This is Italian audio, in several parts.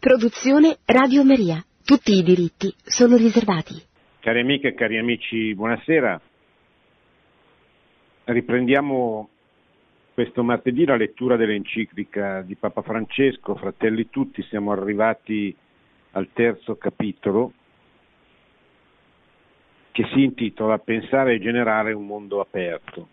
Produzione Radio Maria. Tutti i diritti sono riservati. Cari amiche e cari amici, buonasera. Riprendiamo questo martedì la lettura dell'enciclica di Papa Francesco, Fratelli Tutti. Siamo arrivati al terzo capitolo, che si intitola Pensare e generare un mondo aperto.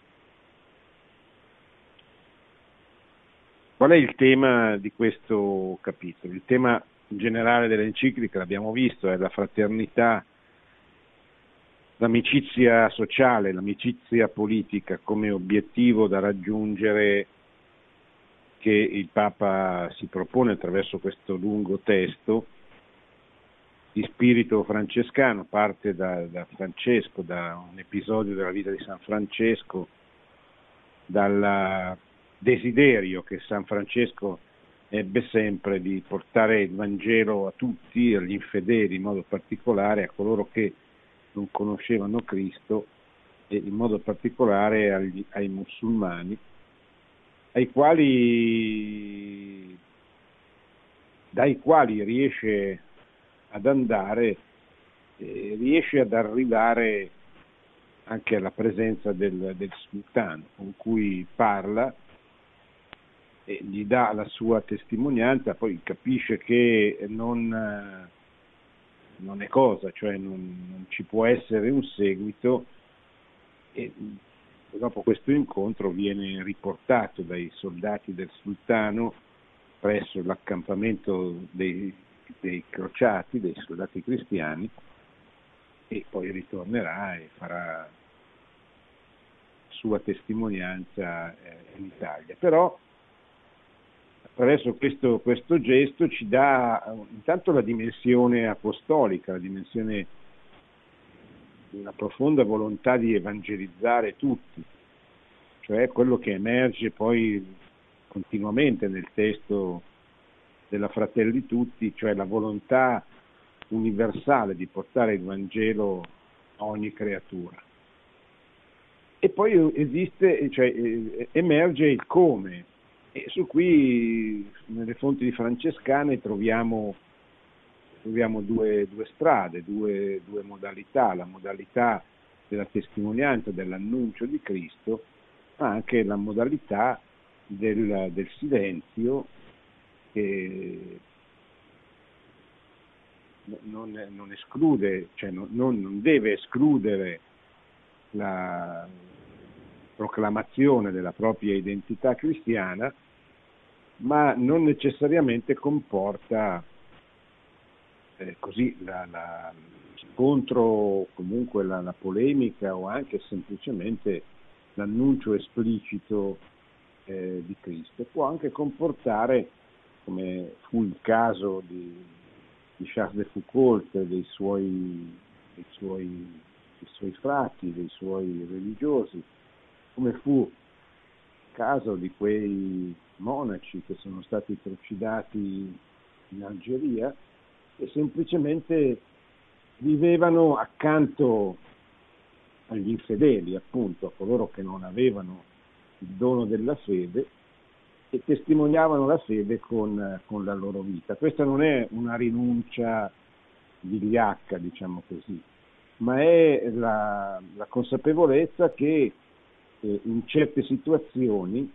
Qual è il tema di questo capitolo? Il tema generale dell'enciclica, l'abbiamo visto, è la fraternità, l'amicizia sociale, l'amicizia politica come obiettivo da raggiungere, che il Papa si propone attraverso questo lungo testo di spirito francescano. Parte da Francesco, da un episodio della vita di San Francesco, dal desiderio che San Francesco ebbe sempre di portare il Vangelo a tutti, agli infedeli in modo particolare, a coloro che non conoscevano Cristo, e in modo particolare ai musulmani, dai quali riesce ad andare, riesce ad arrivare anche alla presenza del sultano, con cui parla e gli dà la sua testimonianza. Poi capisce che non è cosa, cioè non ci può essere un seguito, e dopo questo incontro viene riportato dai soldati del sultano presso l'accampamento dei crociati, dei soldati cristiani, e poi ritornerà e farà sua testimonianza in Italia. Però attraverso questo gesto ci dà intanto la dimensione apostolica, la dimensione di una profonda volontà di evangelizzare tutti, cioè quello che emerge poi continuamente nel testo della Fratelli Tutti, cioè la volontà universale di portare il Vangelo a ogni creatura. E poi emerge il come, e su cui nelle fonti francescane troviamo due strade, due modalità: la modalità della testimonianza, dell'annuncio di Cristo, ma anche la modalità del silenzio, che non esclude, cioè non deve escludere la proclamazione della propria identità cristiana, ma non necessariamente comporta così la scontro, comunque la polemica, o anche semplicemente l'annuncio esplicito di Cristo. Può anche comportare, come fu il caso di Charles de Foucault, dei suoi frati, dei suoi religiosi, come fu il caso di quei monaci che sono stati trucidati in Algeria, e semplicemente vivevano accanto agli infedeli, appunto, a coloro che non avevano il dono della fede, e testimoniavano la fede con la loro vita. Questa non è una rinuncia vigliacca, diciamo così, ma è la consapevolezza che in certe situazioni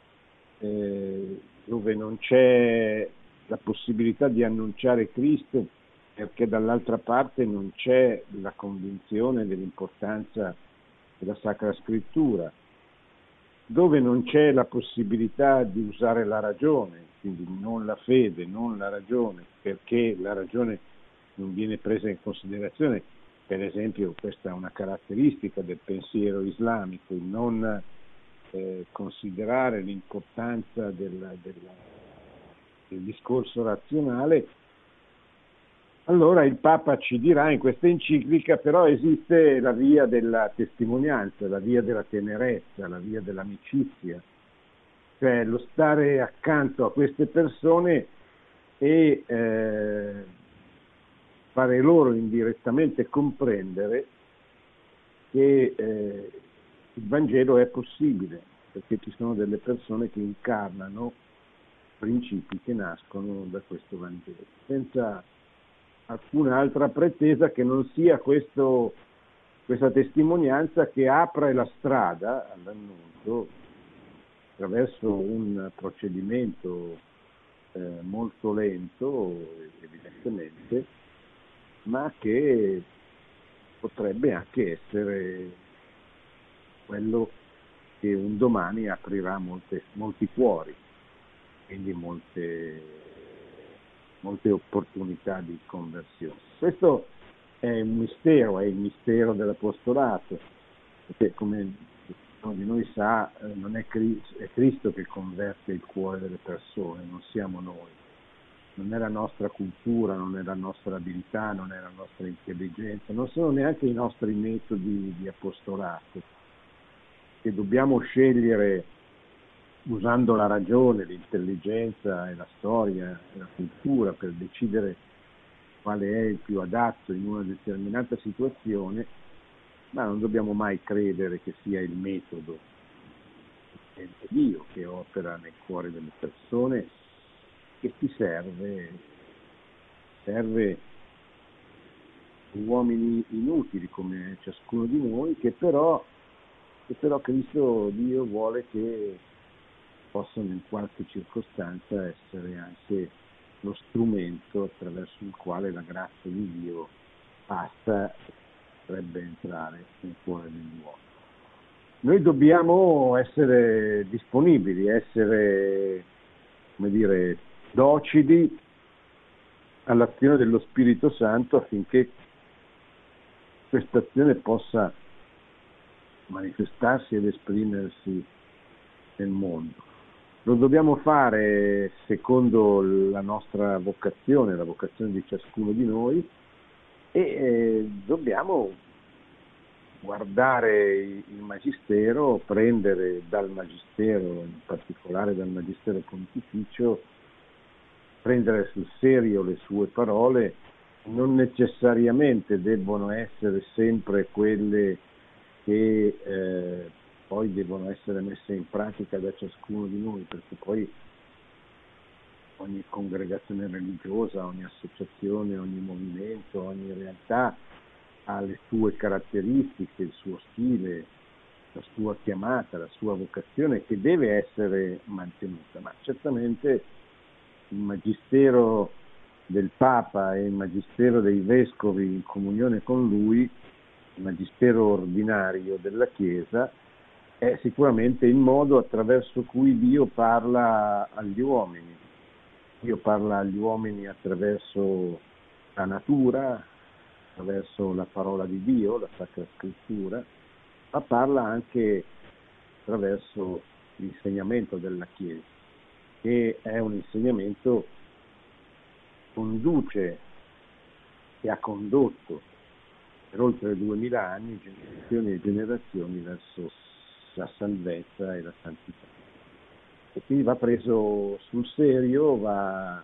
dove non c'è la possibilità di annunciare Cristo, perché dall'altra parte non c'è la convinzione dell'importanza della Sacra Scrittura, dove non c'è la possibilità di usare la ragione, quindi non la fede, non la ragione, perché la ragione non viene presa in considerazione. Per esempio, questa è una caratteristica del pensiero islamico, il non considerare l'importanza del discorso razionale. Allora il Papa ci dirà in questa enciclica: però esiste la via della testimonianza, la via della tenerezza, la via dell'amicizia, cioè lo stare accanto a queste persone e fare loro indirettamente comprendere che il Vangelo è possibile, perché ci sono delle persone che incarnano principi che nascono da questo Vangelo, senza alcuna altra pretesa che non sia questa testimonianza che apre la strada all'annuncio attraverso un procedimento molto lento, evidentemente, ma che potrebbe anche essere quello che un domani aprirà molti cuori, quindi molte opportunità di conversione. Questo è un mistero, è il mistero dell'apostolato, perché come ognuno di noi sa, non è Cristo che converte il cuore delle persone, non siamo noi. Non è la nostra cultura, non è la nostra abilità, non è la nostra intelligenza, non sono neanche i nostri metodi di apostolato, che dobbiamo scegliere usando la ragione, l'intelligenza e la storia e la cultura per decidere quale è il più adatto in una determinata situazione, ma non dobbiamo mai credere che sia il metodo di Dio che opera nel cuore delle persone, che ci serve uomini inutili come ciascuno di noi, che però Cristo Dio vuole che possano in qualche circostanza essere anche lo strumento attraverso il quale la grazia di Dio passa e potrebbe entrare nel cuore dell'uomo. Noi dobbiamo essere disponibili, essere, come dire, docili all'azione dello Spirito Santo affinché questa azione possa manifestarsi ed esprimersi nel mondo. Lo dobbiamo fare secondo la nostra vocazione, la vocazione di ciascuno di noi, e dobbiamo guardare il Magistero, prendere dal Magistero, in particolare dal Magistero Pontificio, prendere sul serio le sue parole. Non necessariamente debbono essere sempre quelle che poi devono essere messe in pratica da ciascuno di noi, perché poi ogni congregazione religiosa, ogni associazione, ogni movimento, ogni realtà ha le sue caratteristiche, il suo stile, la sua chiamata, la sua vocazione che deve essere mantenuta, ma certamente il magistero del Papa e il magistero dei vescovi in comunione con lui, il magistero ordinario della Chiesa, è sicuramente il modo attraverso cui Dio parla agli uomini. Dio parla agli uomini attraverso la natura, attraverso la parola di Dio, la Sacra Scrittura, ma parla anche attraverso l'insegnamento della Chiesa, che è un insegnamento che conduce e ha condotto per oltre 2000 anni generazioni e generazioni verso la salvezza e la santità. E quindi va preso sul serio, va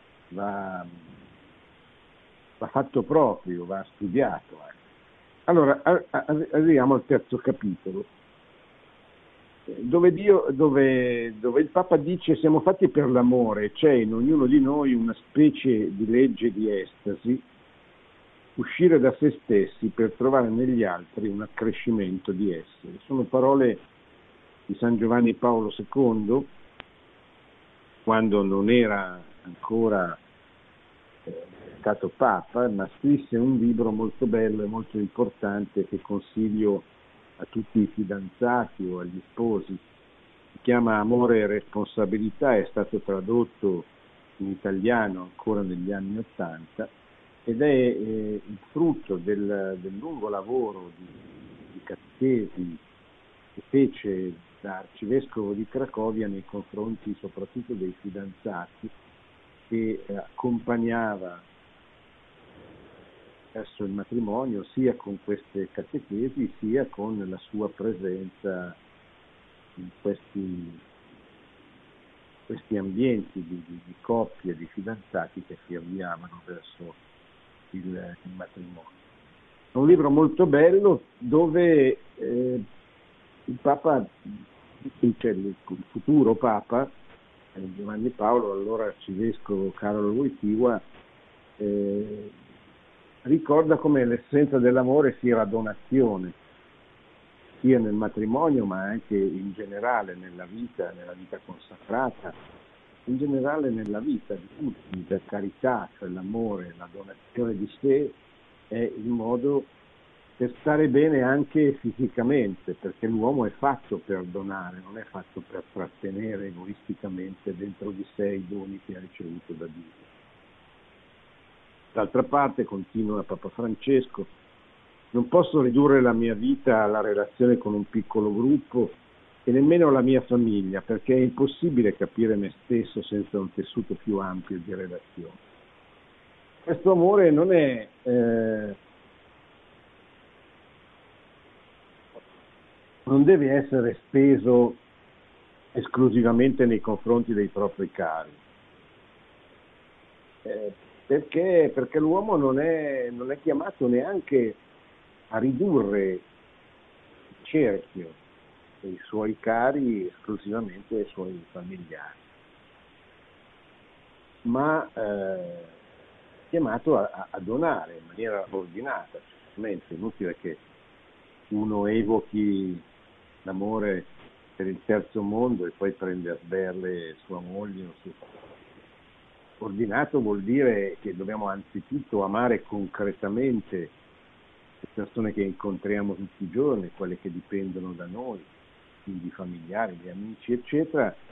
fatto proprio, va studiato. Allora, arriviamo al terzo capitolo, dove il Papa dice: siamo fatti per l'amore, c'è in ognuno di noi una specie di legge di estasi, uscire da se stessi per trovare negli altri un accrescimento di essere. Sono parole di San Giovanni Paolo II, quando non era ancora stato Papa, ma scrisse un libro molto bello e molto importante che consiglio a tutti i fidanzati o agli sposi. Si chiama Amore e responsabilità, è stato tradotto in italiano ancora negli anni '80 ed è il frutto del lungo lavoro di catechesi che fece da arcivescovo di Cracovia nei confronti soprattutto dei fidanzati, che accompagnava verso il matrimonio sia con queste catechesi sia con la sua presenza in questi ambienti di coppie, di fidanzati che si avviavano verso il matrimonio. È un libro molto bello dove il Papa, cioè il futuro Papa, Giovanni Paolo, allora arcivescovo Carlo Wojtyła, ricorda come l'essenza dell'amore sia la donazione, sia nel matrimonio ma anche in generale nella vita consacrata, in generale nella vita di tutti. La carità, cioè l'amore, la donazione di sé è il modo per stare bene anche fisicamente, perché l'uomo è fatto per donare, non è fatto per trattenere egoisticamente dentro di sé i doni che ha ricevuto da Dio. D'altra parte, continua Papa Francesco, non posso ridurre la mia vita alla relazione con un piccolo gruppo e nemmeno la mia famiglia, perché è impossibile capire me stesso senza un tessuto più ampio di relazione. Questo amore non è non deve essere speso esclusivamente nei confronti dei propri cari, perché l'uomo non è chiamato neanche a ridurre il cerchio dei suoi cari esclusivamente ai suoi familiari, ma è chiamato a donare in maniera ordinata. Certamente è inutile che uno evochi l'amore per il terzo mondo e poi prende a sberle sua moglie o suo padre. Ordinato vuol dire che dobbiamo anzitutto amare concretamente le persone che incontriamo tutti i giorni, quelle che dipendono da noi, quindi i familiari, gli amici, eccetera, la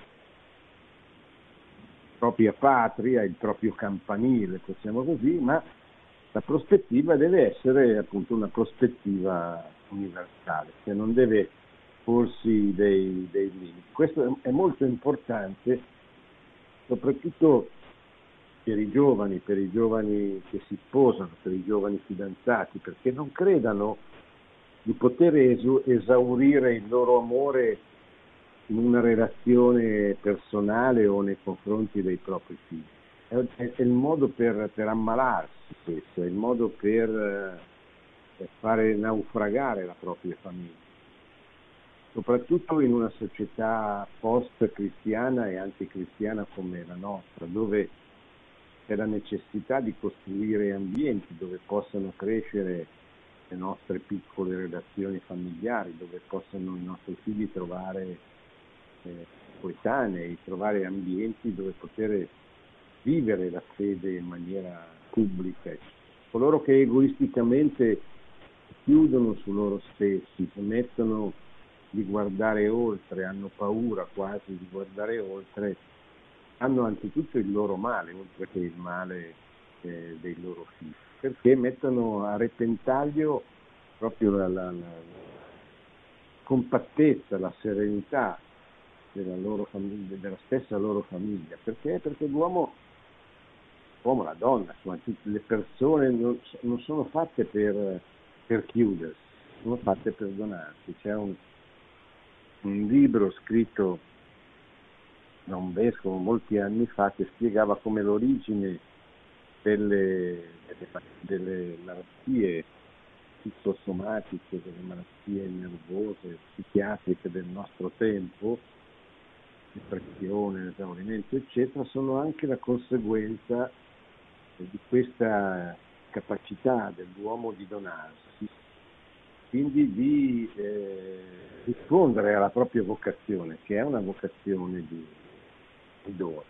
propria patria, il proprio campanile, possiamo così, ma la prospettiva deve essere appunto una prospettiva universale, che non deve porsi dei limiti. Questo è molto importante, soprattutto per i giovani che si sposano, per i giovani fidanzati, perché non credano di poter esaurire il loro amore in una relazione personale o nei confronti dei propri figli. È il modo per ammalarsi, questo è il modo per fare naufragare la propria famiglia, soprattutto in una società post-cristiana e anticristiana come la nostra, dove c'è la necessità di costruire ambienti dove possano crescere le nostre piccole relazioni familiari, dove possano i nostri figli trovare coetanei, trovare ambienti dove poter vivere la fede in maniera pubblica. Coloro che egoisticamente chiudono su loro stessi, smettono di guardare oltre, hanno paura quasi di guardare oltre, hanno anzitutto il loro male, oltre che il male dei loro figli, perché mettono a repentaglio proprio la compattezza, la serenità della loro famiglia, della stessa loro famiglia. Perché? Perché l'uomo, la donna, insomma, tutte le persone non sono fatte per chiudersi, sono fatte per donarsi. C'è un libro scritto da un vescovo molti anni fa che spiegava come l'origine delle malattie psicosomatiche, delle malattie nervose, psichiatriche del nostro tempo, depressione, esaurimento, eccetera, sono anche la conseguenza di questa capacità dell'uomo di donarsi, quindi di rispondere alla propria vocazione, che è una vocazione di dono.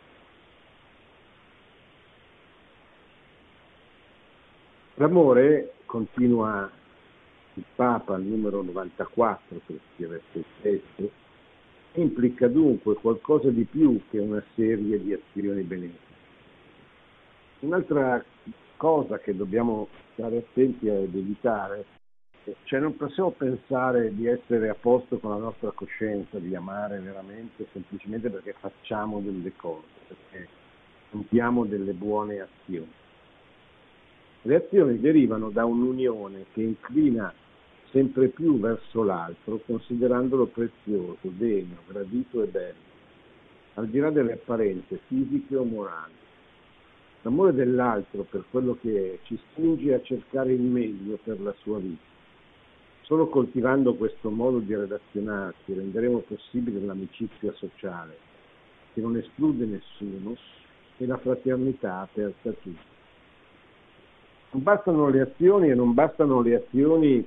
L'amore, continua il Papa al numero 94, che scrive il testo, implica dunque qualcosa di più che una serie di azioni benefiche. Un'altra cosa che dobbiamo stare attenti ad evitare, cioè non possiamo pensare di essere a posto con la nostra coscienza, di amare veramente semplicemente perché facciamo delle cose, perché compiamo delle buone azioni. Le azioni derivano da un'unione che inclina sempre più verso l'altro, considerandolo prezioso, degno, gradito e bello, al di là delle apparenze fisiche o morali. L'amore dell'altro per quello che è ci spinge a cercare il meglio per la sua vita. Solo coltivando questo modo di relazionarsi renderemo possibile l'amicizia sociale, che non esclude nessuno e la fraternità aperta a tutti. Non bastano le azioni e non bastano le azioni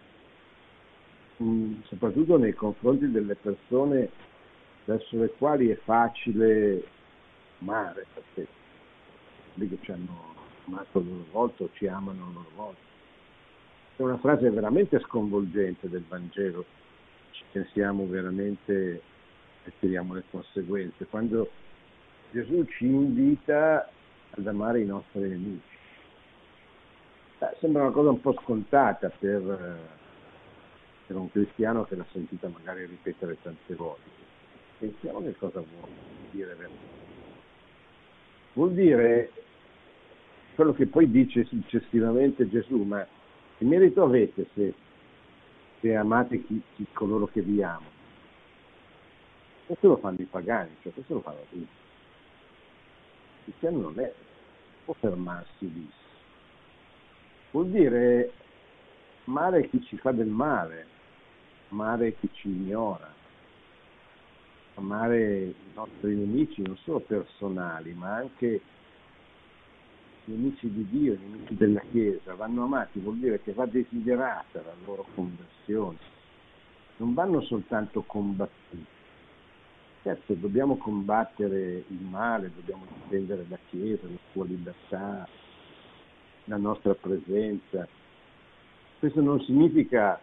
soprattutto nei confronti delle persone verso le quali è facile amare, perché quelli che ci hanno amato a loro volta o ci amano a loro volta. È una frase veramente sconvolgente del Vangelo, ci pensiamo veramente e tiriamo le conseguenze, quando Gesù ci invita ad amare i nostri nemici. Sembra una cosa un po' scontata per un cristiano che l'ha sentita magari ripetere tante volte. Pensiamo che cosa vuol dire veramente. Vuol dire quello che poi dice successivamente Gesù, ma che merito avete se amate coloro che vi amano? Questo lo fanno i pagani, cioè questo lo fanno tutti. Il cristiano non può fermarsi lì. Vuol dire amare chi ci fa del male, amare chi ci ignora, amare i nostri nemici non solo personali, ma anche i nemici di Dio, i nemici della Chiesa. Vanno amati, vuol dire che va desiderata la loro conversione, non vanno soltanto combattuti. Certo, dobbiamo combattere il male, dobbiamo difendere la Chiesa, la sua libertà, la nostra presenza. Questo non significa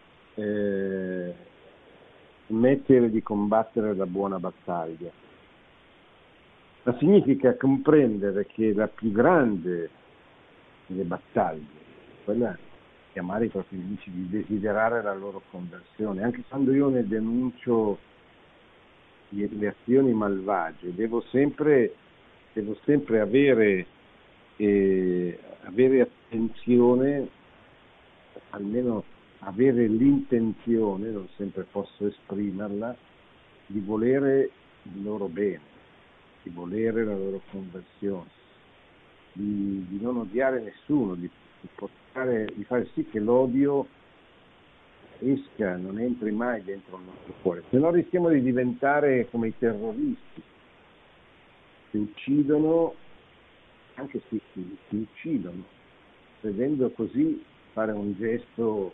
smettere di combattere la buona battaglia, ma significa comprendere che la più grande delle battaglie, quella di amare i propri nemici, di desiderare la loro conversione. Anche quando io ne denuncio le azioni malvagie, devo sempre avere attenzione, almeno avere l'intenzione, non sempre posso esprimerla, di volere il loro bene, di volere la loro conversione, di non odiare nessuno, di fare sì che l'odio esca, non entri mai dentro il nostro cuore, se no rischiamo di diventare come i terroristi che uccidono, anche se si uccidono, credendo così fare un gesto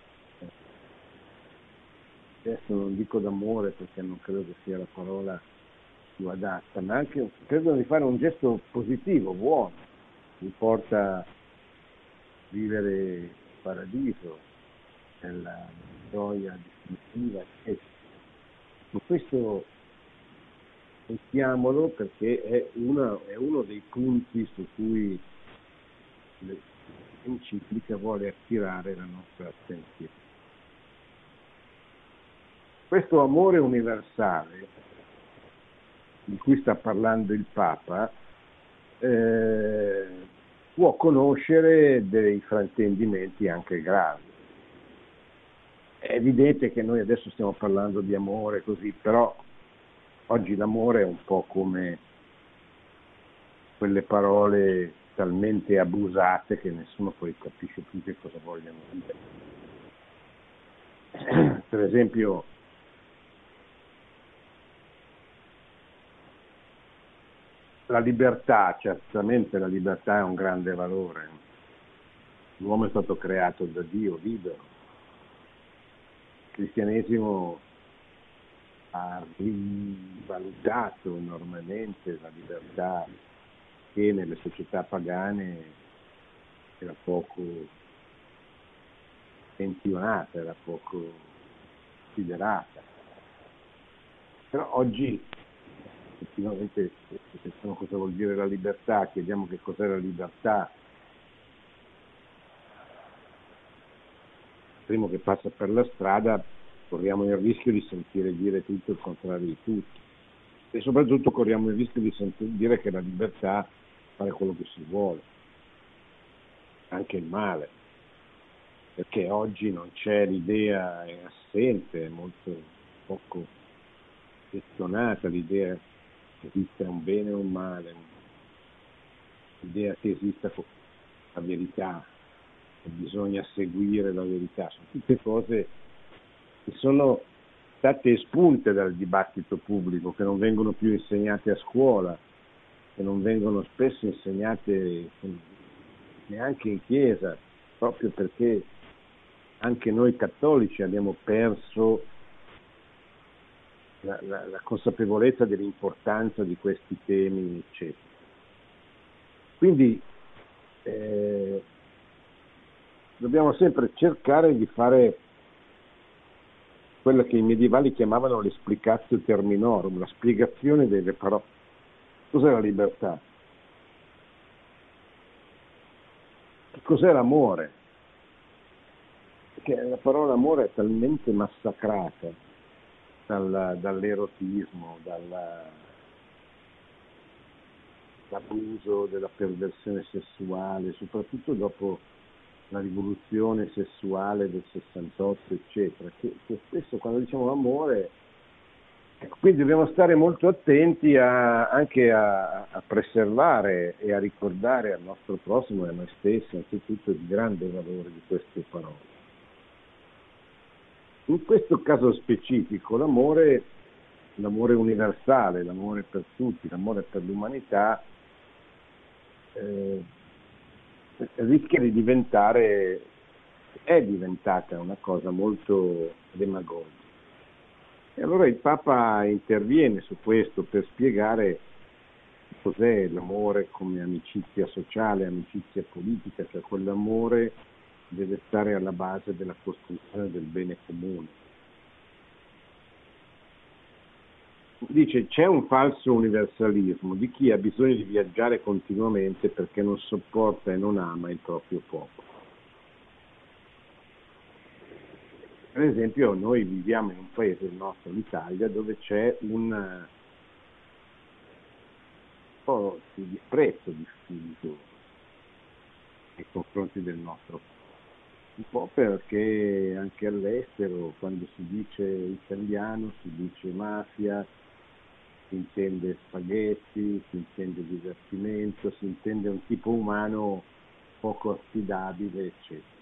non dico d'amore perché non credo che sia la parola più adatta, ma anche credono di fare un gesto positivo, buono, mi porta a vivere il paradiso, nella gioia definitiva. Ma questo pensiamolo, perché è uno dei punti su cui l'enciclica vuole attirare la nostra attenzione. Questo amore universale di cui sta parlando il Papa può conoscere dei fraintendimenti anche gravi. È evidente che noi adesso stiamo parlando di amore così, però oggi l'amore è un po' come quelle parole talmente abusate che nessuno poi capisce più che cosa vogliono dire. Per esempio, la libertà, certamente la libertà è un grande valore. L'uomo è stato creato da Dio libero. Il cristianesimo ha rivalutato enormemente la libertà che nelle società pagane era poco menzionata, era poco considerata. Però oggi effettivamente se pensiamo cosa vuol dire la libertà, chiediamo che cos'è la libertà, il primo che passa per la strada corriamo il rischio di sentire dire tutto il contrario di tutto e soprattutto corriamo il rischio di sentire dire che la libertà è fare quello che si vuole, anche il male, perché oggi non c'è, l'idea è assente, è molto poco gestionata l'idea che esista un bene o un male, l'idea che esista la verità, che bisogna seguire la verità, sono tutte cose che sono state espunte dal dibattito pubblico, che non vengono più insegnate a scuola, che non vengono spesso insegnate neanche in chiesa, proprio perché anche noi cattolici abbiamo perso la consapevolezza dell'importanza di questi temi, eccetera. Quindi dobbiamo sempre cercare di fare quella che i medievali chiamavano l'explicatio terminorum, la spiegazione delle parole. Cos'è la libertà? Cos'è l'amore? Perché la parola amore è talmente massacrata dall'erotismo, dall'abuso, della perversione sessuale, soprattutto dopo la rivoluzione sessuale del 68, eccetera, che spesso quando diciamo amore, quindi dobbiamo stare molto attenti anche a preservare e a ricordare al nostro prossimo e a noi stessi anzitutto il grande valore di queste parole. In questo caso specifico l'amore universale, l'amore per tutti, l'amore per l'umanità rischia di è diventata una cosa molto demagogica. E allora il Papa interviene su questo per spiegare cos'è l'amore come amicizia sociale, amicizia politica, cioè quell'amore deve stare alla base della costruzione del bene comune. Dice, c'è un falso universalismo di chi ha bisogno di viaggiare continuamente perché non sopporta e non ama il proprio popolo. Per esempio, noi viviamo in un paese, il nostro, l'Italia, dove c'è un po' di disprezzo diffuso nei confronti del nostro popolo. Un po' perché anche all'estero, quando si dice italiano, si dice mafia, si intende spaghetti, si intende divertimento, si intende un tipo umano poco affidabile, eccetera.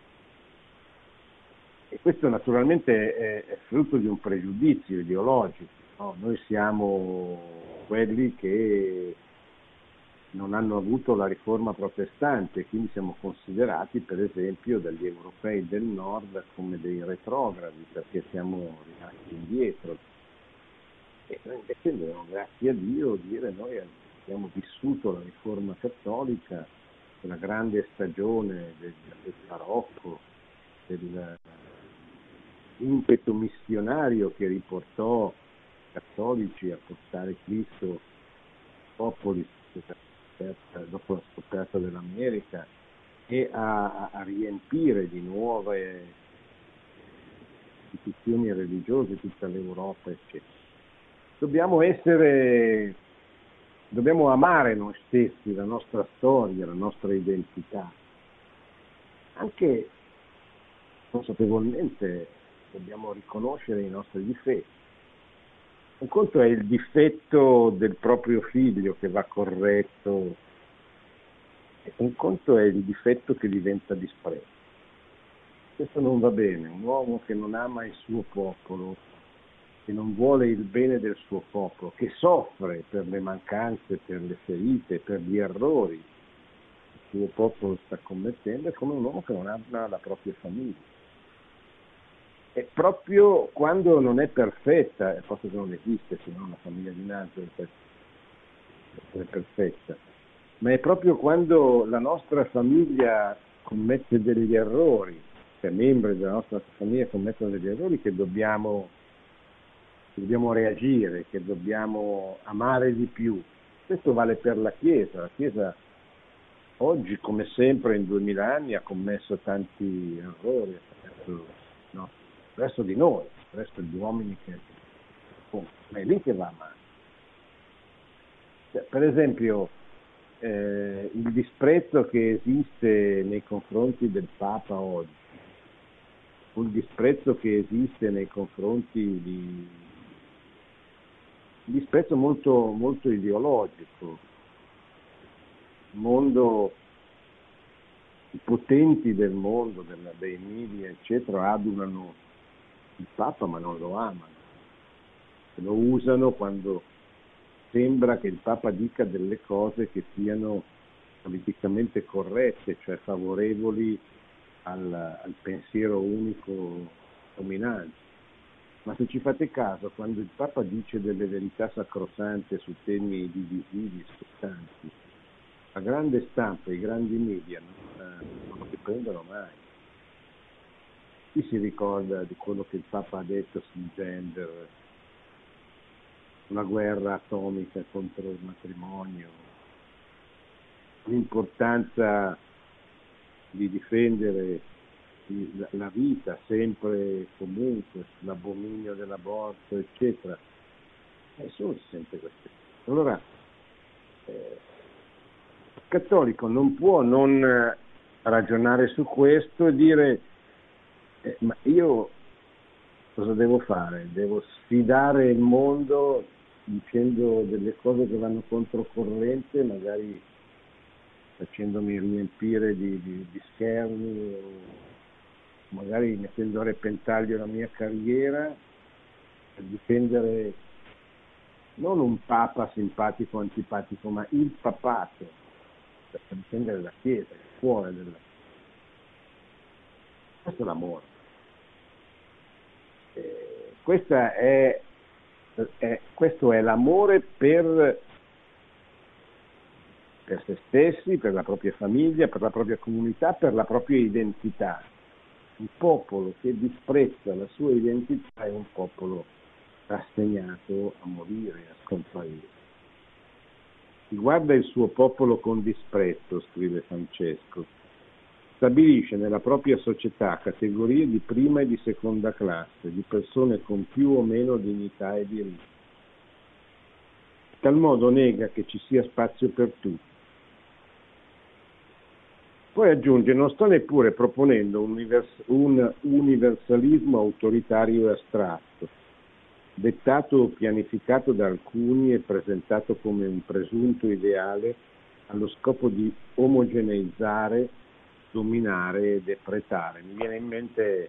E questo naturalmente è frutto di un pregiudizio ideologico, no? Noi siamo quelli che non hanno avuto la riforma protestante, quindi siamo considerati per esempio dagli europei del nord come dei retrogradi perché siamo rimasti indietro. E noi invece dobbiamo, grazie a Dio, dire noi abbiamo vissuto la riforma cattolica, la grande stagione del barocco, dell'impeto missionario che riportò i cattolici a portare Cristo ai popoli dopo la scoperta dell'America e a riempire di nuove istituzioni religiose tutta l'Europa, eccetera. Dobbiamo amare noi stessi, la nostra storia, la nostra identità. Anche consapevolmente dobbiamo riconoscere i nostri difetti. Un conto è il difetto del proprio figlio che va corretto, un conto è il difetto che diventa disprezzo. Questo non va bene. Un uomo che non ama il suo popolo, che non vuole il bene del suo popolo, che soffre per le mancanze, per le ferite, per gli errori che il suo popolo sta commettendo, è come un uomo che non ama la propria famiglia. E proprio quando non è perfetta, forse che non esiste, se non una famiglia di Nazareth per essere perfetta, ma è proprio quando la nostra famiglia commette degli errori, cioè membri della nostra famiglia commettono degli errori che dobbiamo reagire, che dobbiamo amare di più. Questo vale per la Chiesa. La Chiesa oggi, come sempre in 2000 anni, ha commesso tanti errori verso di noi, verso gli uomini ma è lì che va male. Per esempio, il disprezzo che esiste nei confronti del Papa oggi, un disprezzo che esiste nei confronti un disprezzo molto, molto ideologico. Il mondo, i potenti del mondo, dei media, eccetera, adulano il Papa ma non lo amano. lo usano quando sembra che il Papa dica delle cose che siano politicamente corrette, cioè favorevoli al pensiero unico dominante. Ma se ci fate caso, quando il Papa dice delle verità sacrosante su temi divisivi, spettanti, la grande stampa, i grandi media non lo riprendono mai. Chi si ricorda di quello che il Papa ha detto sul gender, una guerra atomica contro il matrimonio, l'importanza di difendere la vita sempre e comunque, l'abominio dell'aborto, eccetera. Nessuno si sente questo. Allora, il cattolico non può non ragionare su questo e dire ma io cosa devo fare? Devo sfidare il mondo dicendo delle cose che vanno controcorrente, magari facendomi riempire di schermi o magari mettendo a repentaglio la mia carriera per difendere non un papa simpatico o antipatico, ma il papato, per difendere la Chiesa, il cuore della Chiesa. Questo è l'amore. Questo è l'amore per se stessi, per la propria famiglia, per la propria comunità, per la propria identità. Un popolo che disprezza la sua identità è un popolo rassegnato a morire, a scomparire. Chi guarda il suo popolo con disprezzo, scrive Francesco, stabilisce nella propria società categorie di prima e di seconda classe, di persone con più o meno dignità e diritti. In tal modo nega che ci sia spazio per tutti. Poi aggiunge, non sto neppure proponendo un universalismo autoritario e astratto, dettato o pianificato da alcuni e presentato come un presunto ideale allo scopo di omogeneizzare, dominare e depretare. Mi viene in mente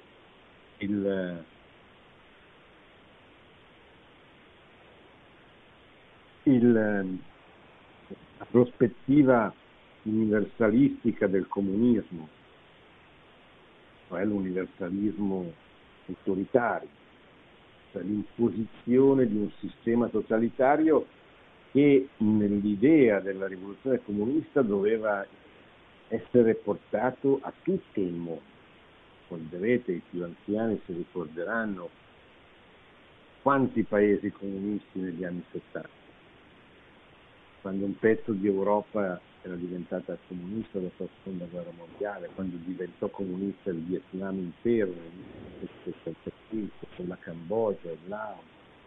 la prospettiva universalistica del comunismo, cioè l'universalismo autoritario, cioè l'imposizione di un sistema totalitario che nell'idea della rivoluzione comunista doveva essere portato a tutto il mondo. Ricorderete, i più anziani si ricorderanno quanti paesi comunisti negli anni 70, quando un pezzo di Europa era diventata comunista dopo la seconda guerra mondiale, quando diventò comunista il Vietnam intero nel 1975, con la Cambogia, il Laos,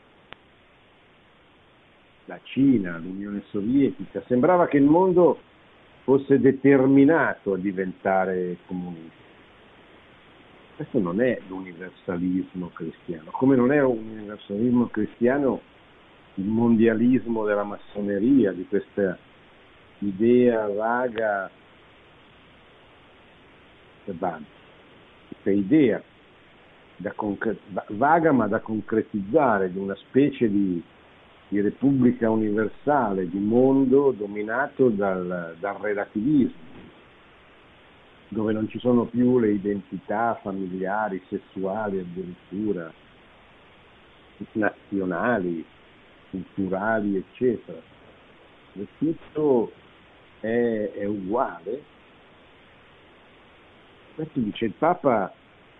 la Cina, l'Unione Sovietica, sembrava che il mondo fosse determinato a diventare comunista. Questo non è l'universalismo cristiano, come non è un universalismo cristiano il mondialismo della massoneria, di questa idea vaga, questa idea vaga ma da concretizzare, di una specie di repubblica universale, di mondo dominato dal relativismo, dove non ci sono più le identità familiari, sessuali addirittura, nazionali, culturali, eccetera. Tutto è uguale. Questo dice il Papa,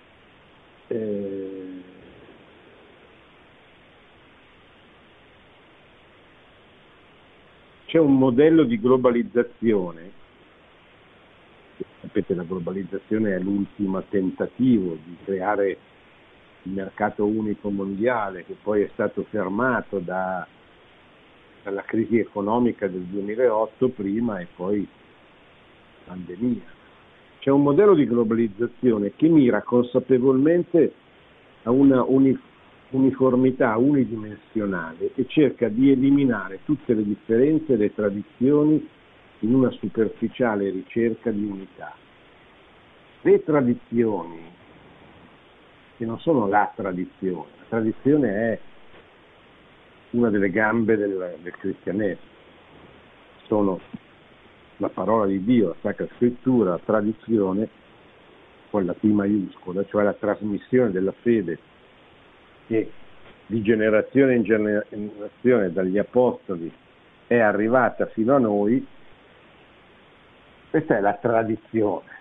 c'è un modello di globalizzazione. Sapete, la globalizzazione è l'ultimo tentativo di creare il mercato unico mondiale, che poi è stato fermato dalla crisi economica del 2008 prima e poi pandemia. C'è un modello di globalizzazione che mira consapevolmente a una uniformità unidimensionale e cerca di eliminare tutte le differenze e le tradizioni in una superficiale ricerca di unità. Le tradizioni, che non sono la tradizione è una delle gambe del cristianesimo. Sono la parola di Dio, la Sacra Scrittura, la tradizione, con la T maiuscola, cioè la trasmissione della fede che di generazione in generazione dagli apostoli è arrivata fino a noi. Questa è la tradizione.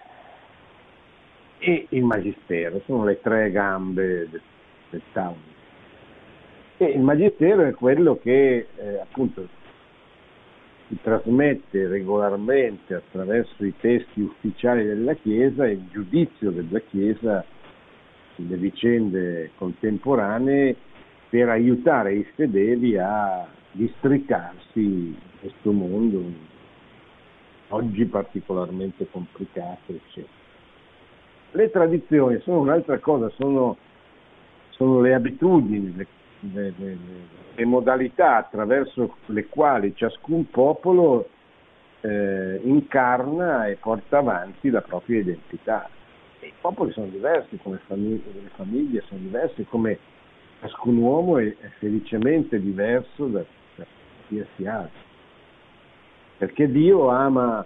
E il magistero, sono le tre gambe del Talmud. E il magistero è quello che appunto si trasmette regolarmente attraverso i testi ufficiali della Chiesa e il giudizio della Chiesa sulle vicende contemporanee per aiutare i fedeli a districarsi in questo mondo oggi particolarmente complicato, eccetera. Le tradizioni sono un'altra cosa, sono le abitudini, le modalità attraverso le quali ciascun popolo incarna e porta avanti la propria identità. E i popoli sono diversi, come le famiglie sono diverse, come ciascun uomo è felicemente diverso da qualsiasi altro. Perché Dio ama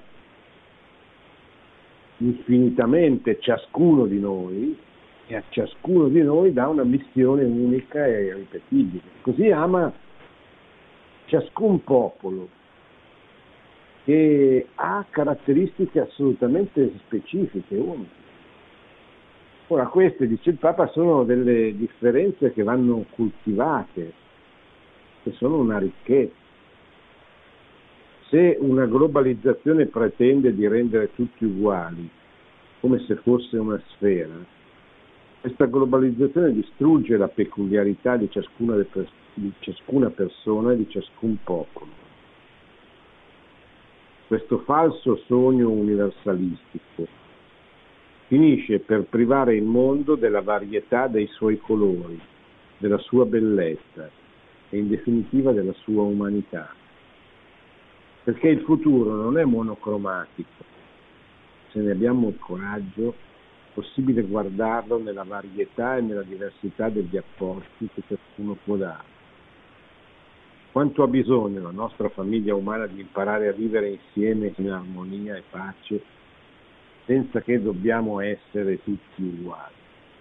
infinitamente ciascuno di noi e a ciascuno di noi dà una missione unica e irripetibile. Così ama ciascun popolo che ha caratteristiche assolutamente specifiche, uniche. Ora queste, dice il Papa, sono delle differenze che vanno coltivate, che sono una ricchezza. Se una globalizzazione pretende di rendere tutti uguali, come se fosse una sfera, questa globalizzazione distrugge la peculiarità di ciascuna persona e di ciascun popolo. Questo falso sogno universalistico finisce per privare il mondo della varietà dei suoi colori, della sua bellezza e in definitiva della sua umanità. Perché il futuro non è monocromatico, se ne abbiamo il coraggio, è possibile guardarlo nella varietà e nella diversità degli apporti che ciascuno può dare. Quanto ha bisogno la nostra famiglia umana di imparare a vivere insieme in armonia e pace, senza che dobbiamo essere tutti uguali.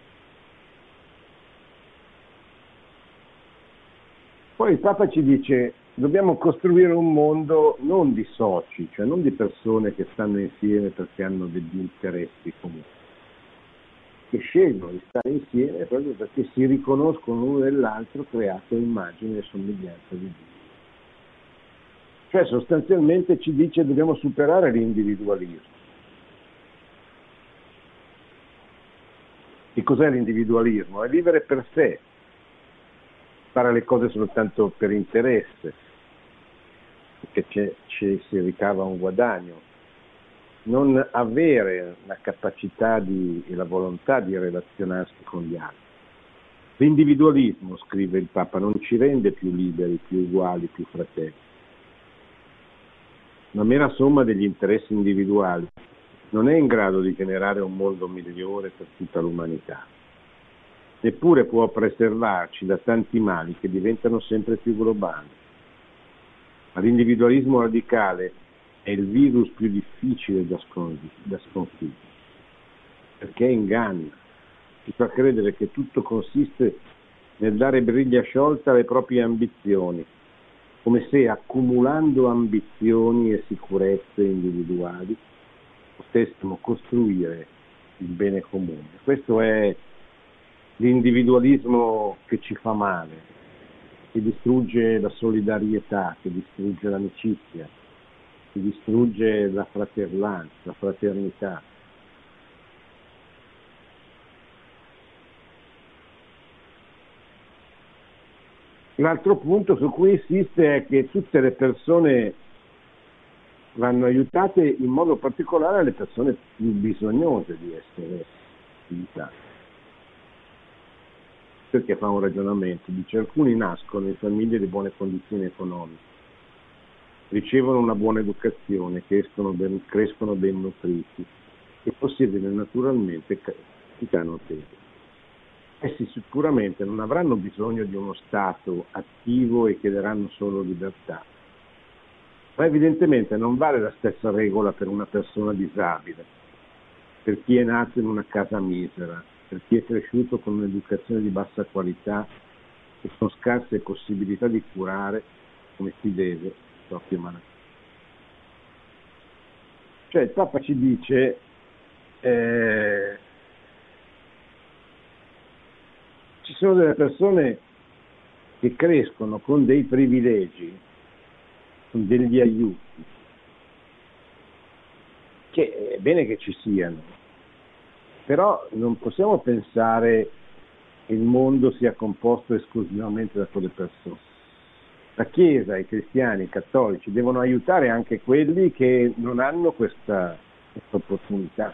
Poi il Papa ci dice: dobbiamo costruire un mondo non di soci, cioè non di persone che stanno insieme perché hanno degli interessi comuni, che scelgono di stare insieme proprio perché si riconoscono l'uno nell'altro creato a immagine e somiglianza di Dio. Cioè sostanzialmente ci dice: dobbiamo superare l'individualismo. Che cos'è l'individualismo? È vivere per sé, fare le cose soltanto per interesse, perché ci si ricava un guadagno, non avere la capacità e la volontà di relazionarsi con gli altri. L'individualismo, scrive il Papa, non ci rende più liberi, più uguali, più fratelli. La mera somma degli interessi individuali non è in grado di generare un mondo migliore per tutta l'umanità. Neppure può preservarci da tanti mali che diventano sempre più globali. Ma l'individualismo radicale è il virus più difficile da sconfiggere, perché inganna, ti fa credere che tutto consiste nel dare briglia sciolta alle proprie ambizioni, come se accumulando ambizioni e sicurezze individuali potessimo costruire il bene comune. Questo è l'individualismo che ci fa male, che distrugge la solidarietà, che distrugge l'amicizia, che distrugge la fratellanza, la fraternità. L'altro punto su cui insiste è che tutte le persone vanno aiutate, in modo particolare le persone più bisognose di essere aiutate. Perché fa un ragionamento, dice: alcuni nascono in famiglie di buone condizioni economiche, ricevono una buona educazione, crescono ben nutriti e possiedono naturalmente capitano fede. essi sicuramente non avranno bisogno di uno Stato attivo e chiederanno solo libertà. Ma evidentemente non vale la stessa regola per una persona disabile, per chi è nato in una casa misera, per chi è cresciuto con un'educazione di bassa qualità e con scarse possibilità di curare come si deve le proprie malattie. Cioè il Papa ci dice ci sono delle persone che crescono con dei privilegi, con degli aiuti, che è bene che ci siano, però non possiamo pensare che il mondo sia composto esclusivamente da quelle persone. La Chiesa, i cristiani, i cattolici devono aiutare anche quelli che non hanno questa opportunità.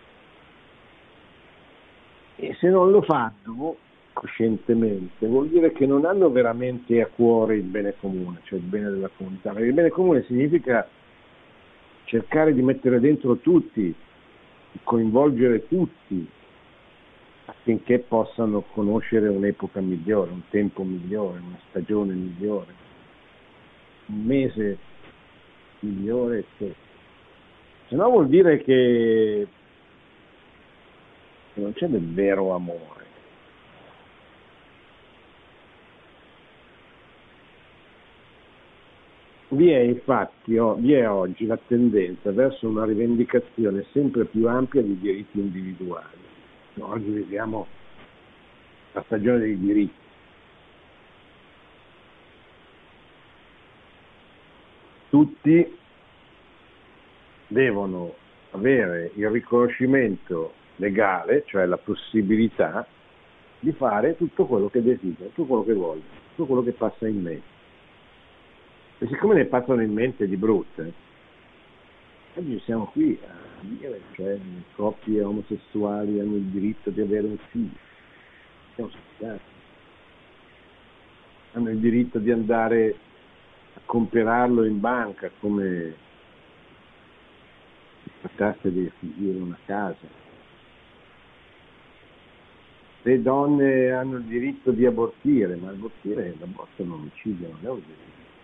E se non lo fanno coscientemente, vuol dire che non hanno veramente a cuore il bene comune, cioè il bene della comunità. Perché il bene comune significa cercare di mettere dentro tutti, coinvolgere tutti, affinché possano conoscere un'epoca migliore, un tempo migliore, una stagione migliore, un mese migliore, eccetera. Se no vuol dire che non c'è del vero amore. Vi è oggi la tendenza verso una rivendicazione sempre più ampia di diritti individuali. Oggi viviamo la stagione dei diritti. Tutti devono avere il riconoscimento legale, cioè la possibilità di fare tutto quello che desidera, tutto quello che voglio, tutto quello che passa in mente. E siccome ne passano in mente di brutte, oggi siamo qui a dire, cioè le coppie omosessuali hanno il diritto di avere un figlio, siamo scusati, hanno il diritto di andare a comperarlo in banca come si trattasse di acquisire una casa. Le donne hanno il diritto di abortire, ma l'aborto è un omicidio, non è un diritto.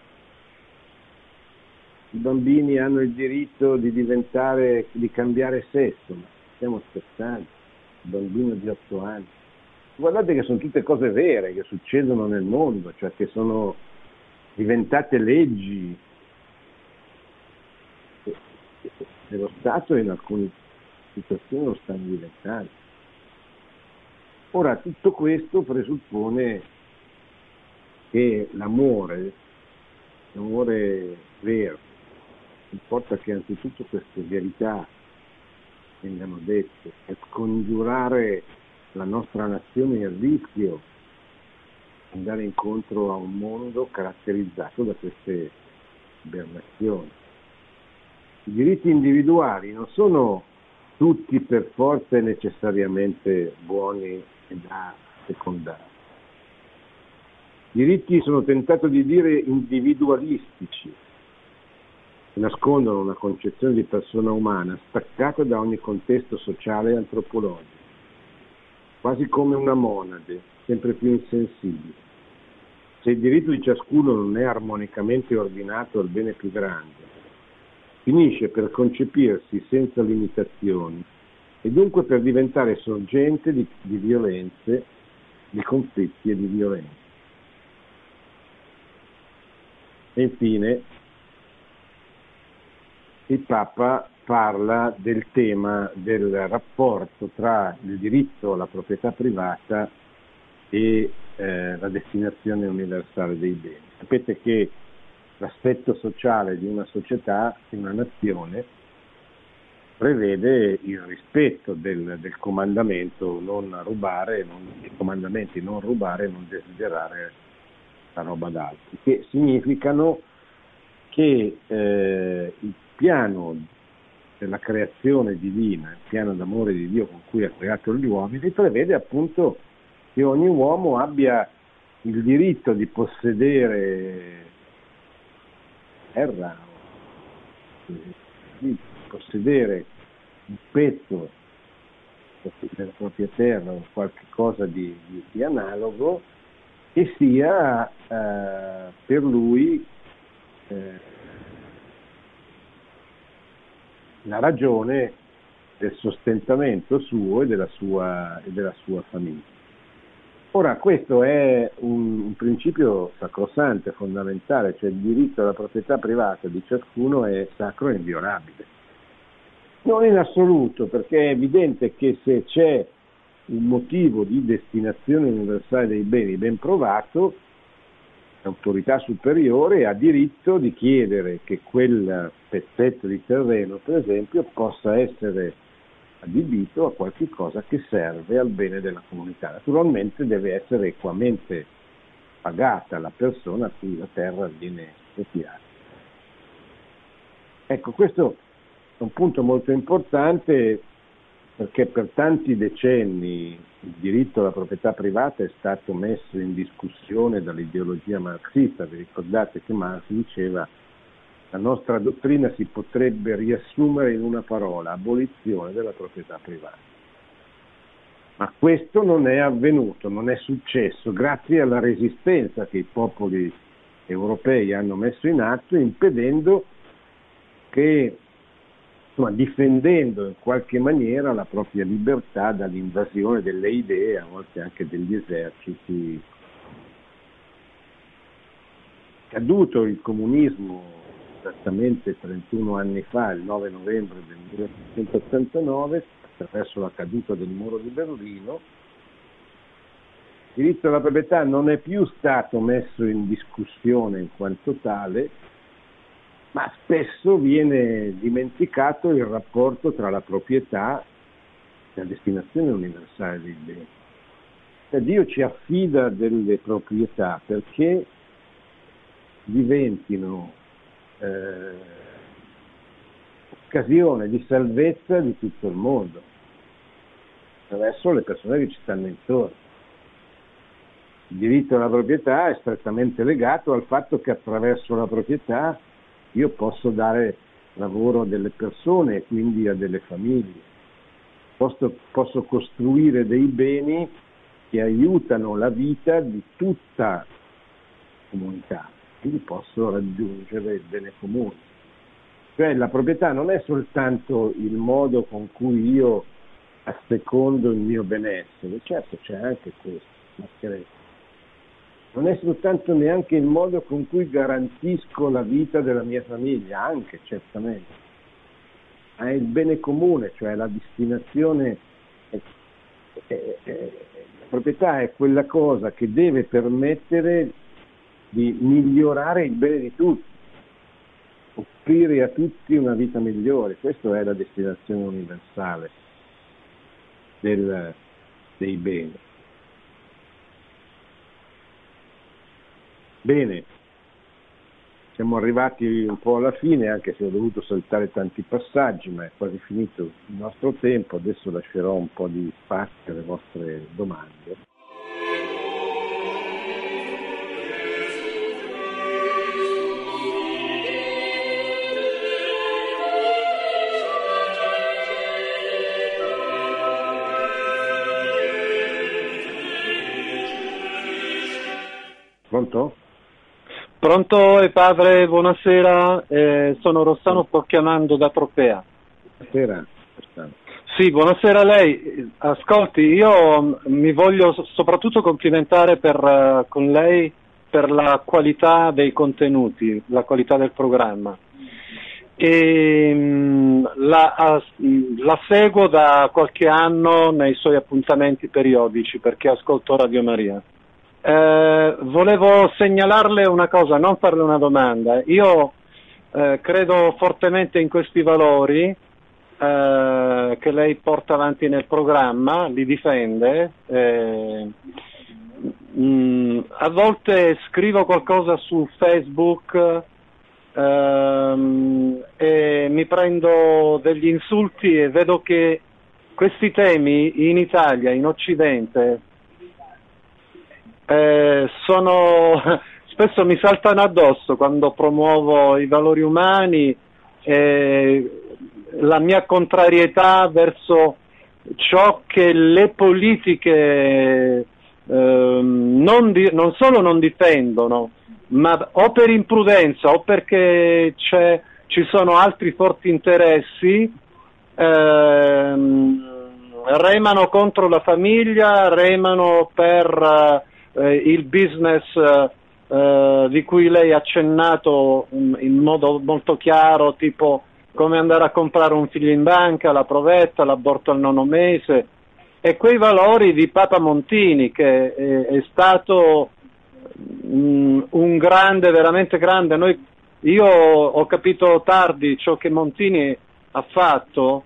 I bambini hanno il diritto di cambiare sesso, ma stiamo scherzando, un bambino di 8 anni. Guardate che sono tutte cose vere che succedono nel mondo, cioè che sono diventate leggi dello Stato e in alcune situazioni lo stanno diventando. Ora, tutto questo presuppone che l'amore vero, importa che anzitutto queste verità vengano dette, per scongiurare la nostra nazione il rischio di andare incontro a un mondo caratterizzato da queste aberrazioni. I diritti individuali non sono tutti per forza e necessariamente buoni e da secondare. I diritti, sono tentato di dire, individualistici, che nascondono una concezione di persona umana staccata da ogni contesto sociale e antropologico, quasi come una monade, sempre più insensibile. Se il diritto di ciascuno non è armonicamente ordinato al bene più grande, finisce per concepirsi senza limitazioni e dunque per diventare sorgente di violenze, di conflitti e di violenze. E infine il Papa parla del tema del rapporto tra il diritto alla proprietà privata e la destinazione universale dei beni. Sapete che l'aspetto sociale di una società, di una nazione, prevede il rispetto del comandamento non rubare, i comandamenti non rubare e non desiderare la roba d'altri, che significano che il piano della creazione divina, il piano d'amore di Dio con cui ha creato gli uomini, prevede appunto che ogni uomo abbia il diritto di possedere terra, di possedere un pezzo propria terra o qualche cosa di analogo, che sia per lui la ragione del sostentamento suo e della sua famiglia. Ora, questo è un principio sacrosanto e fondamentale, cioè il diritto alla proprietà privata di ciascuno è sacro e inviolabile. Non in assoluto, perché è evidente che se c'è un motivo di destinazione universale dei beni ben provato, l'autorità superiore ha diritto di chiedere che quel pezzetto di terreno, per esempio, possa essere adibito a qualche cosa che serve al bene della comunità. Naturalmente deve essere equamente pagata la persona a cui la terra viene ritirata. Ecco, questo è un punto molto importante, perché per tanti decenni il diritto alla proprietà privata è stato messo in discussione dall'ideologia marxista. Vi ricordate che Marx diceva: la nostra dottrina si potrebbe riassumere in una parola: abolizione della proprietà privata. Ma questo non è avvenuto, non è successo, grazie alla resistenza che i popoli europei hanno messo in atto, impedendo che, difendendo in qualche maniera la propria libertà dall'invasione delle idee, a volte anche degli eserciti. Caduto il comunismo esattamente 31 anni fa, il 9 novembre del 1989, attraverso la caduta del muro di Berlino, il diritto alla proprietà non è più stato messo in discussione in quanto tale, ma spesso viene dimenticato il rapporto tra la proprietà e la destinazione universale dei beni. Cioè, Dio ci affida delle proprietà perché diventino occasione di salvezza di tutto il mondo, attraverso le persone che ci stanno intorno. Il diritto alla proprietà è strettamente legato al fatto che attraverso la proprietà io posso dare lavoro a delle persone e quindi a delle famiglie. Posso costruire dei beni che aiutano la vita di tutta la comunità, quindi posso raggiungere il bene comune. Cioè la proprietà non è soltanto il modo con cui io assecondo il mio benessere, certo c'è anche questo, non è soltanto neanche il modo con cui garantisco la vita della mia famiglia, anche certamente, ma è il bene comune, cioè la destinazione. La proprietà è quella cosa che deve permettere di migliorare il bene di tutti, offrire a tutti una vita migliore. Questa è la destinazione universale dei beni. Bene, siamo arrivati un po' alla fine, anche se ho dovuto saltare tanti passaggi, ma è quasi finito il nostro tempo. Adesso lascerò un po' di spazio alle vostre domande. Pronto? Pronto, padre, buonasera, sono Rossano, sto chiamando da Tropea. Buonasera. Sì, buonasera a lei. Ascolti, io mi voglio soprattutto complimentare con lei per la qualità dei contenuti, la qualità del programma. La seguo da qualche anno nei suoi appuntamenti periodici perché ascolto Radio Maria. Volevo segnalarle una cosa, non farle una domanda. Io credo fortemente in questi valori che lei porta avanti nel programma, li difende. A volte scrivo qualcosa su Facebook e mi prendo degli insulti e vedo che questi temi in Italia, in Occidente, spesso mi saltano addosso quando promuovo i valori umani, la mia contrarietà verso ciò che le politiche non solo non difendono, ma o per imprudenza o perché ci sono altri forti interessi, remano contro la famiglia, remano per il business di cui lei ha accennato in modo molto chiaro, tipo come andare a comprare un figlio in banca, la provetta, l'aborto al 9° mese, e quei valori di Papa Montini, che è stato un grande, veramente grande. Io ho capito tardi ciò che Montini ha fatto,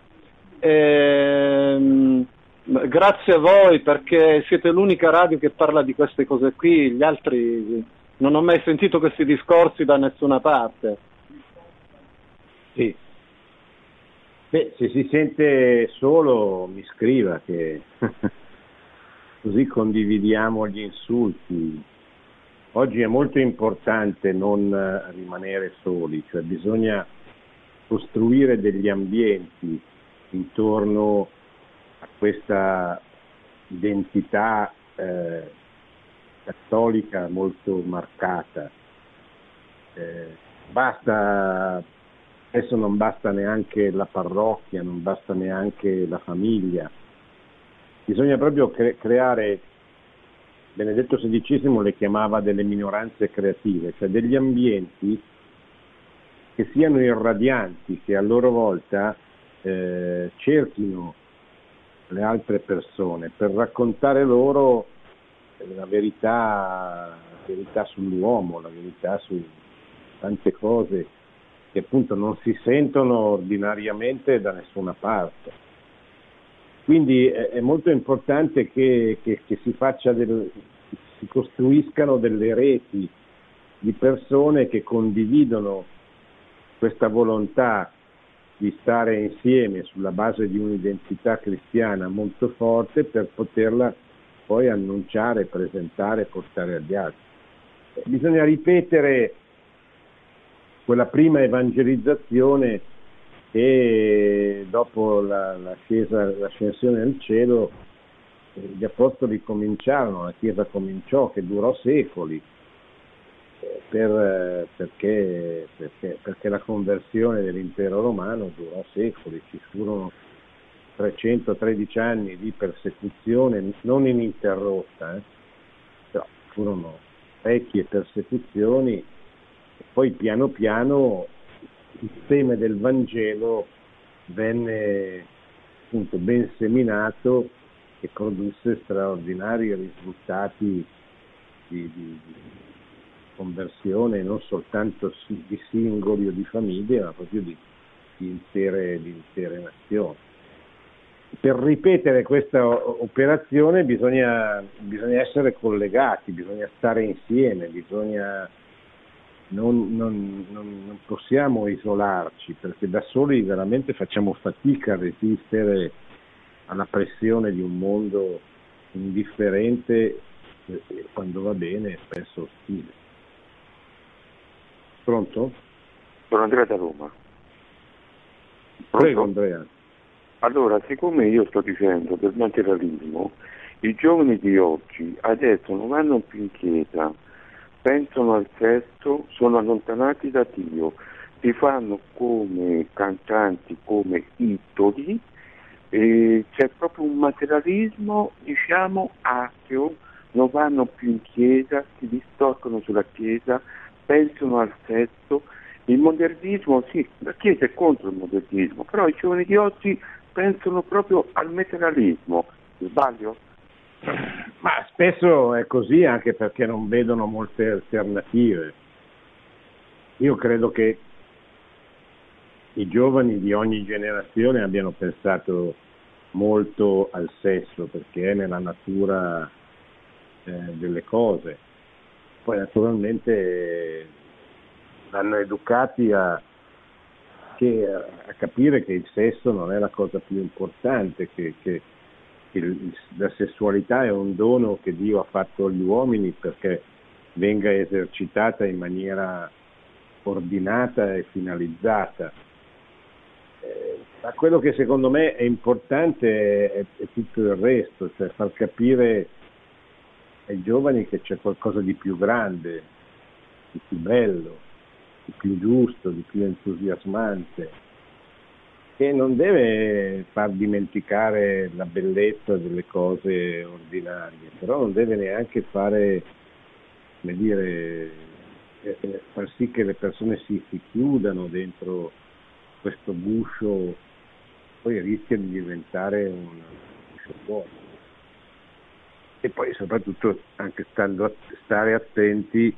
grazie a voi, perché siete l'unica radio che parla di queste cose qui, gli altri non ho mai sentito questi discorsi da nessuna parte. Sì. Beh, se si sente solo mi scriva, che così condividiamo gli insulti. Oggi è molto importante non rimanere soli, cioè bisogna costruire degli ambienti intorno a questa identità cattolica molto marcata. Adesso non basta neanche la parrocchia, non basta neanche la famiglia, bisogna proprio creare. Benedetto XVI le chiamava delle minoranze creative, cioè degli ambienti che siano irradianti, che a loro volta cerchino le altre persone per raccontare loro la verità sull'uomo, la verità su tante cose che appunto non si sentono ordinariamente da nessuna parte. Quindi è molto importante che si costruiscano delle reti di persone che condividono questa volontà di stare insieme sulla base di un'identità cristiana molto forte, per poterla poi annunciare, presentare, portare agli altri. Bisogna ripetere quella prima evangelizzazione e dopo l'ascensione nel cielo gli apostoli cominciarono, la Chiesa cominciò, che durò secoli, perché la conversione dell'impero romano durò secoli. Ci furono 313 anni di persecuzione non ininterrotta, però furono vecchie persecuzioni, e poi piano piano il seme del Vangelo venne appunto ben seminato e produsse straordinari risultati di conversione, non soltanto di singoli o di famiglie, ma proprio di intere nazioni. Per ripetere questa operazione bisogna essere collegati, bisogna stare insieme, non possiamo isolarci, perché da soli veramente facciamo fatica a resistere alla pressione di un mondo indifferente e, quando va bene, spesso ostile. Pronto? Sono Andrea da Roma. Prego Andrea. Allora, siccome io sto dicendo del materialismo, i giovani di oggi adesso non vanno più in chiesa, pensano al sesso, sono allontanati da Dio, si fanno come cantanti, come idoli, e c'è proprio un materialismo, diciamo, ateo, non vanno più in chiesa, si distorcono sulla chiesa, pensano al sesso. Il modernismo, sì, la Chiesa è contro il modernismo, però i giovani di oggi pensano proprio al materialismo. Sbaglio? Ma spesso è così, anche perché non vedono molte alternative. Io credo che i giovani di ogni generazione abbiano pensato molto al sesso, perché è nella natura delle cose. Poi naturalmente vanno educati a capire che il sesso non è la cosa più importante, che la sessualità è un dono che Dio ha fatto agli uomini perché venga esercitata in maniera ordinata e finalizzata. Ma quello che secondo me è importante è tutto il resto, cioè far capire ai giovani che c'è qualcosa di più grande, di più bello, di più giusto, di più entusiasmante, che non deve far dimenticare la bellezza delle cose ordinarie, però non deve neanche fare, come dire, far sì che le persone si chiudano dentro questo guscio, poi rischia di diventare un guscio vuoto. E poi soprattutto anche stare attenti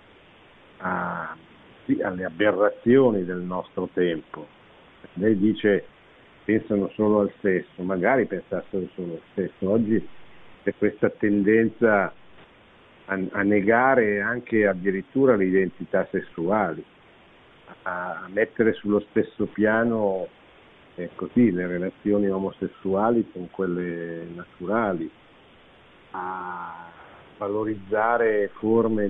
alle aberrazioni del nostro tempo. Lei dice pensano solo al sesso, magari pensassero solo al sesso. Oggi c'è questa tendenza a negare anche addirittura le identità sessuali, a mettere sullo stesso piano così le relazioni omosessuali con quelle naturali, a valorizzare forme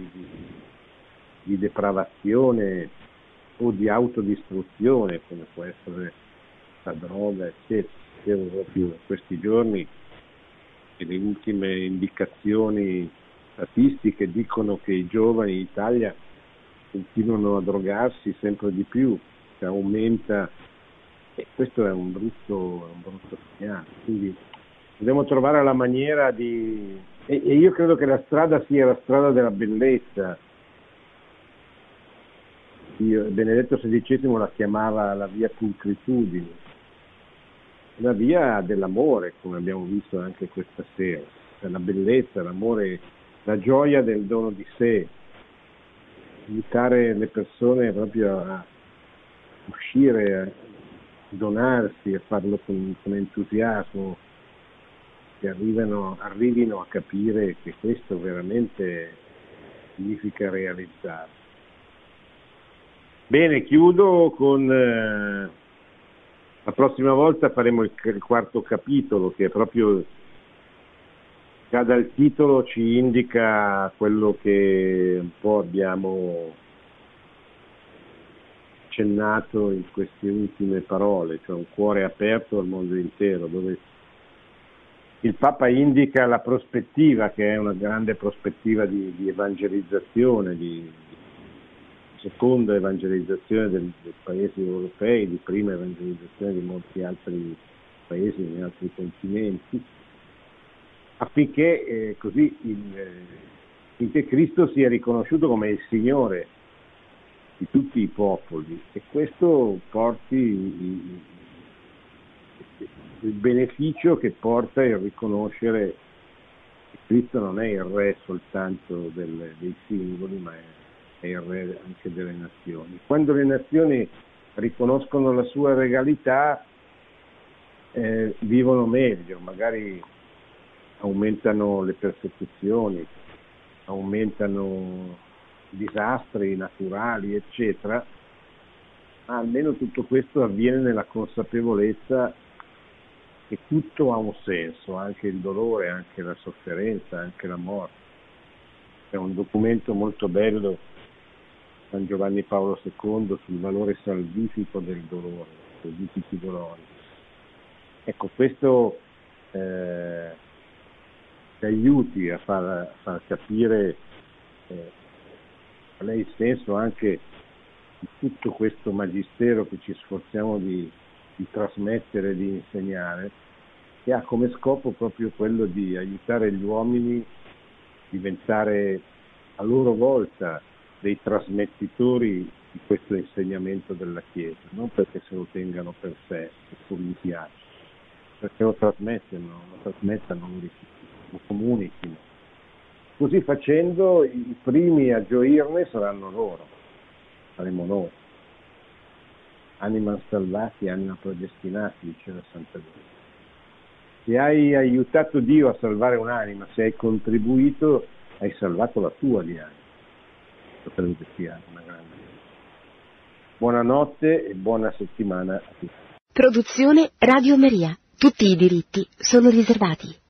di depravazione o di autodistruzione come può essere la droga, eccetera. Vedevo proprio in questi giorni che le ultime indicazioni statistiche dicono che i giovani in Italia continuano a drogarsi sempre di più, che aumenta, e questo è un brutto segnale. Quindi dobbiamo trovare la maniera e io credo che la strada sia la strada della bellezza. Benedetto XVI la chiamava la via pulcritudine, la via dell'amore, come abbiamo visto anche questa sera, cioè la bellezza, l'amore, la gioia del dono di sé, invitare le persone proprio a uscire, a donarsi, a farlo con entusiasmo, che arrivino a capire che questo veramente significa realizzare. Bene, chiudo con la prossima volta faremo il quarto capitolo, che è proprio, già dal titolo ci indica quello che un po' abbiamo accennato in queste ultime parole, cioè un cuore aperto al mondo intero, dove il Papa indica la prospettiva, che è una grande prospettiva di evangelizzazione, di seconda evangelizzazione dei paesi europei, di prima evangelizzazione di molti altri paesi in altri continenti, affinché affinché Cristo sia riconosciuto come il Signore di tutti i popoli, e questo porti il beneficio che porta il riconoscere che Cristo non è il re soltanto dei singoli, ma è il re anche delle nazioni. Quando le nazioni riconoscono la sua regalità, vivono meglio, magari aumentano le persecuzioni, aumentano i disastri naturali, eccetera, ma almeno tutto questo avviene nella consapevolezza che tutto ha un senso, anche il dolore, anche la sofferenza, anche la morte. C'è un documento molto bello, San Giovanni Paolo II, sul valore salvifico del dolore, di tutti i dolori. Ecco, questo ci aiuti a far capire qual è il senso anche di tutto questo magistero che ci sforziamo di trasmettere, di insegnare, che ha come scopo proprio quello di aiutare gli uomini a diventare a loro volta dei trasmettitori di questo insegnamento della Chiesa, non perché se lo tengano per sé, se gli piace, perché lo trasmettano, lo comunichino. Così facendo i primi a gioirne saranno loro, saremo noi. Anima salvati, anima predestinati, diceva Santa Lucia. Se hai aiutato Dio a salvare un'anima, se hai contribuito, hai salvato la tua di anima. Potrebbe sia una grande. Buonanotte e buona settimana a tutti. Produzione Radio Maria. Tutti i diritti sono riservati.